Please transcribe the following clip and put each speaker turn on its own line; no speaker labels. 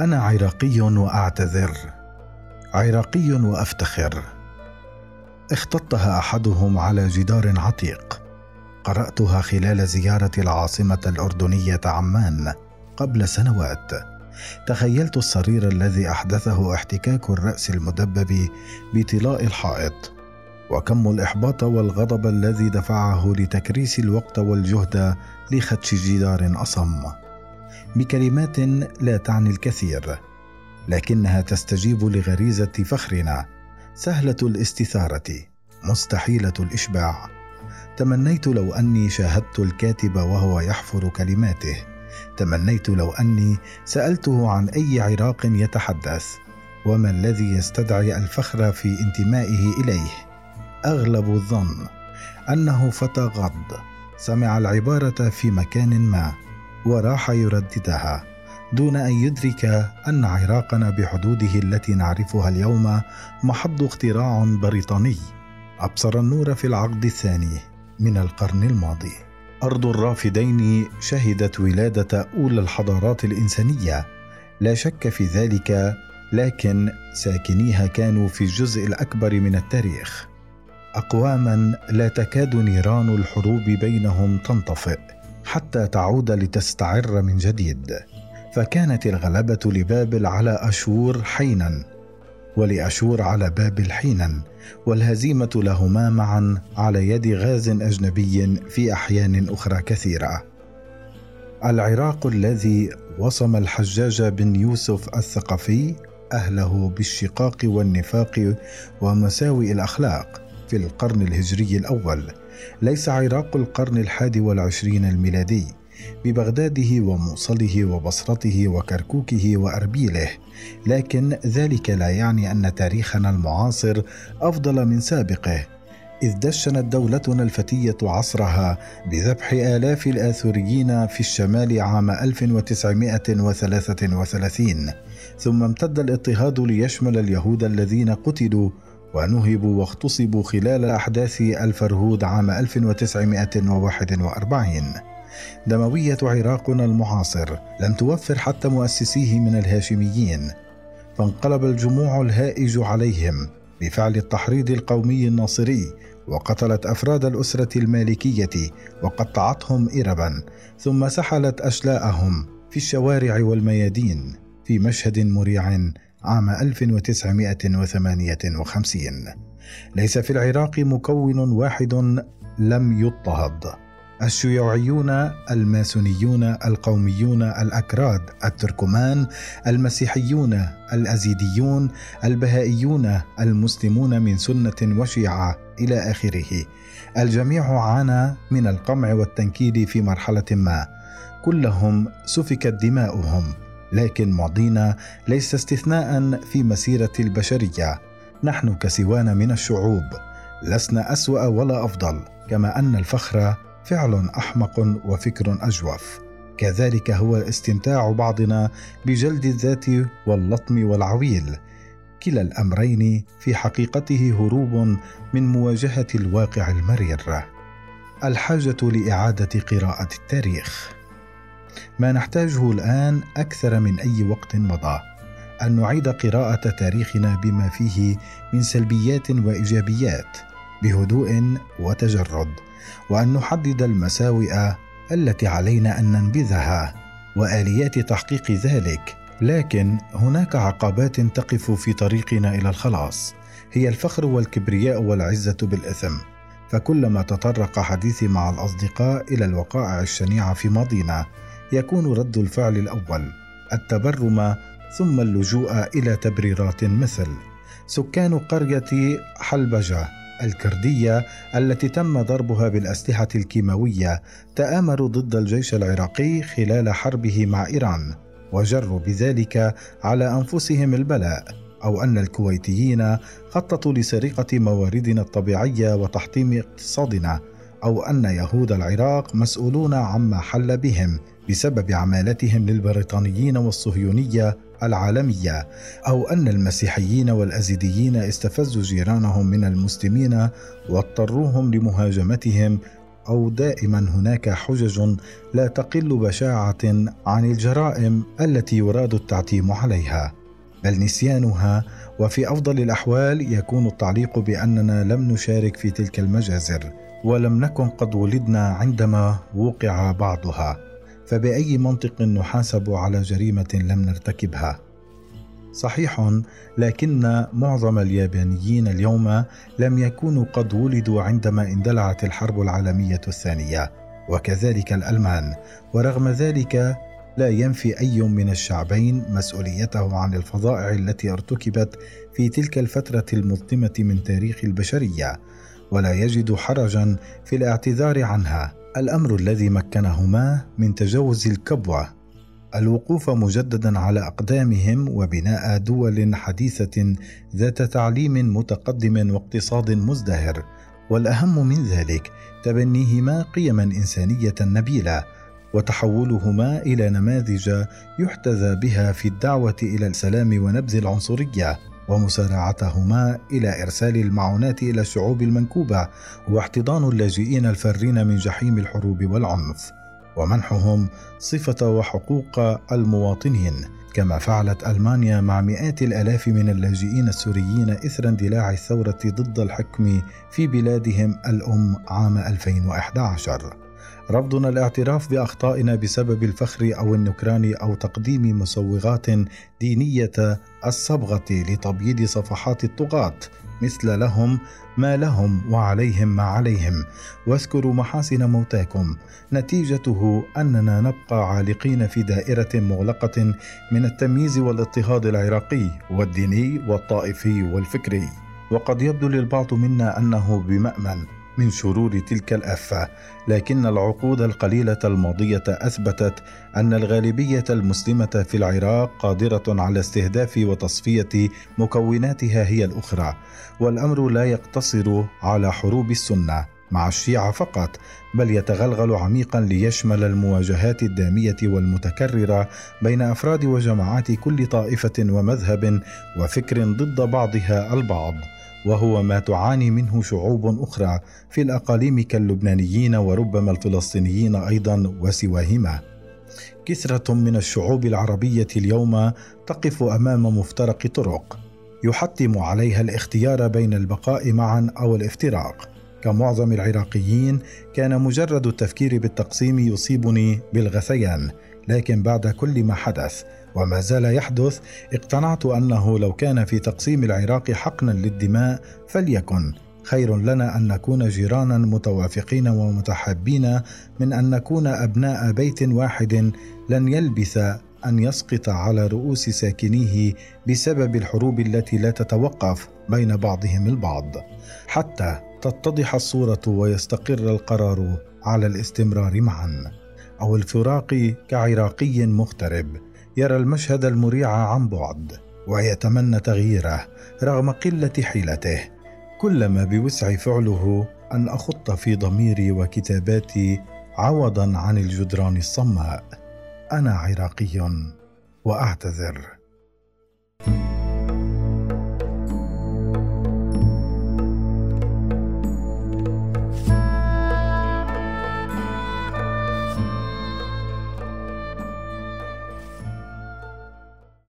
أنا عراقي وأعتذر، عراقي وأفتخر. اختطها أحدهم على جدار عتيق، قرأتها خلال زيارة العاصمة الأردنية عمان قبل سنوات. تخيلت الصرير الذي أحدثه احتكاك الرأس المدبب بطلاء الحائط، وكم الإحباط والغضب الذي دفعه لتكريس الوقت والجهد لخدش جدار أصم، بكلمات لا تعني الكثير لكنها تستجيب لغريزة فخرنا، سهلة الاستثارة، مستحيلة الإشباع. تمنيت لو أني شاهدت الكاتب وهو يحفر كلماته، تمنيت لو أني سألته عن أي عراق يتحدث، وما الذي يستدعي الفخر في انتمائه إليه. أغلب الظن أنه فتى غض سمع العبارة في مكان ما وراح يرددها دون أن يدرك أن عراقنا بحدوده التي نعرفها اليوم محض اختراع بريطاني أبصر النور في العقد الثاني من القرن الماضي. أرض الرافدين شهدت ولادة أولى الحضارات الإنسانية، لا شك في ذلك، لكن ساكنيها كانوا في الجزء الأكبر من التاريخ أقواما لا تكاد نيران الحروب بينهم تنطفئ حتى تعود لتستعر من جديد. فكانت الغلبة لبابل على أشور حينا، ولأشور على بابل حينا، والهزيمة لهما معا على يد غاز أجنبي في أحيان أخرى كثيرة. العراق الذي وصم الحجاج بن يوسف الثقفي أهله بالشقاق والنفاق ومساوئ الأخلاق في القرن الهجري الأول ليس عراق القرن 21 الميلادي ببغداده وموصله وبصرته وكركوكه وأربيله، لكن ذلك لا يعني أن تاريخنا المعاصر أفضل من سابقه، إذ دشنت دولتنا الفتية عصرها بذبح آلاف الآثوريين في الشمال عام 1933، ثم امتد الاضطهاد ليشمل اليهود الذين قتلوا ونهبوا واغتصبوا خلال أحداث الفرهود عام 1941. دموية عراقنا المعاصر لم توفر حتى مؤسسيه من الهاشميين، فانقلب الجموع الهائج عليهم بفعل التحريض القومي الناصري، وقتلت أفراد الأسرة المالكية وقطعتهم إربا، ثم سحلت أشلاءهم في الشوارع والميادين في مشهد مريع عام 1958. ليس في العراق مكون واحد لم يضطهد: الشيوعيون، الماسونيون، القوميون، الأكراد، التركمان، المسيحيون، الأزيديون، البهائيون، المسلمون من سنة وشيعة إلى آخره. الجميع عانى من القمع والتنكيل في مرحلة ما، كلهم سفكت دماؤهم، لكن ماضينا ليس استثناء في مسيرة البشرية. نحن كسوان من الشعوب لسنا أسوأ ولا أفضل، كما أن الفخر فعل أحمق وفكر أجوف، كذلك هو استمتاع بعضنا بجلد الذات واللطم والعويل. كلا الأمرين في حقيقته هروب من مواجهة الواقع المرير. الحاجة لإعادة قراءة التاريخ. ما نحتاجه الآن أكثر من أي وقت مضى أن نعيد قراءة تاريخنا بما فيه من سلبيات وإيجابيات بهدوء وتجرد، وأن نحدد المساوئ التي علينا أن ننبذها وآليات تحقيق ذلك. لكن هناك عقبات تقف في طريقنا إلى الخلاص، هي الفخر والكبرياء والعزة بالإثم. فكلما تطرق حديثي مع الأصدقاء إلى الوقائع الشنيعة في ماضينا يكون رد الفعل الأول التبرم، ثم اللجوء إلى تبريرات مثل: سكان قرية حلبجة الكردية التي تم ضربها بالأسلحة الكيماوية تآمروا ضد الجيش العراقي خلال حربه مع إيران وجروا بذلك على أنفسهم البلاء، أو أن الكويتيين خططوا لسرقة مواردنا الطبيعية وتحطيم اقتصادنا، أو أن يهود العراق مسؤولون عما حل بهم بسبب عمالتهم للبريطانيين والصهيونية العالمية، أو أن المسيحيين والأزيديين استفزوا جيرانهم من المسلمين واضطروهم لمهاجمتهم أو دائما هناك حجج لا تقل بشاعة عن الجرائم التي يراد التعتيم عليها، بل نسيانها. وفي أفضل الأحوال يكون التعليق بأننا لم نشارك في تلك المجازر، ولم نكن قد ولدنا عندما وقع بعضها، فبأي منطق نحاسب على جريمة لم نرتكبها؟ صحيح، لكن معظم اليابانيين اليوم لم يكونوا قد ولدوا عندما اندلعت الحرب العالمية الثانية، وكذلك الألمان. ورغم ذلك لا ينفي أي من الشعبين مسؤوليته عن الفظائع التي ارتكبت في تلك الفترة المظلمة من تاريخ البشرية، ولا يجد حرجا في الاعتذار عنها. الأمر الذي مكنهما من تجاوز الكبوة، الوقوف مجددا على أقدامهم، وبناء دول حديثة ذات تعليم متقدم واقتصاد مزدهر، والأهم من ذلك تبنيهما قيما إنسانية نبيلة، وتحولهما إلى نماذج يحتذى بها في الدعوة إلى السلام ونبذ العنصرية، ومسارعتهما إلى إرسال المعونات إلى الشعوب المنكوبة، واحتضان اللاجئين الفارين من جحيم الحروب والعنف، ومنحهم صفة وحقوق المواطنين، كما فعلت ألمانيا مع مئات الآلاف من اللاجئين السوريين إثر اندلاع الثورة ضد الحكم في بلادهم الأم عام 2011. رفضنا الاعتراف بأخطائنا بسبب الفخر أو النكران أو تقديم مسوغات دينية الصبغة لتبييض صفحات الطغاة، مثل لهم ما لهم وعليهم ما عليهم، واذكروا محاسن موتاكم، نتيجته أننا نبقى عالقين في دائرة مغلقة من التمييز والاضطهاد العراقي والديني والطائفي والفكري. وقد يبدو للبعض منا أنه بمأمن من شرور تلك الآفة، لكن العقود القليلة الماضية أثبتت أن الغالبية المسلمة في العراق قادرة على استهداف وتصفية مكوناتها هي الأخرى، والأمر لا يقتصر على حروب السنة مع الشيعة فقط، بل يتغلغل عميقا ليشمل المواجهات الدامية والمتكررة بين أفراد وجماعات كل طائفة ومذهب وفكر ضد بعضها البعض، وهو ما تعاني منه شعوب أخرى في الأقاليم كاللبنانيين وربما الفلسطينيين أيضا وسواهما. كثرة من الشعوب العربية اليوم تقف أمام مفترق طرق يحتم عليها الاختيار بين البقاء معا أو الافتراق. كمعظم العراقيين كان مجرد التفكير بالتقسيم يصيبني بالغثيان، لكن بعد كل ما حدث وما زال يحدث اقتنعت أنه لو كان في تقسيم العراق حقنا للدماء فليكن. خير لنا أن نكون جيرانا متوافقين ومتحابين من أن نكون أبناء بيت واحد لن يلبث أن يسقط على رؤوس ساكنيه بسبب الحروب التي لا تتوقف بين بعضهم البعض، حتى تتضح الصورة ويستقر القرار على الاستمرار معا، أو الفراق كعراقي مغترب يرى المشهد المريع عن بعد ويتمنى تغييره رغم قلة حيلته. كل ما بوسعي فعله أن أخط في ضميري وكتاباتي عوضا عن الجدران الصماء. أنا عراقي وأعتذر.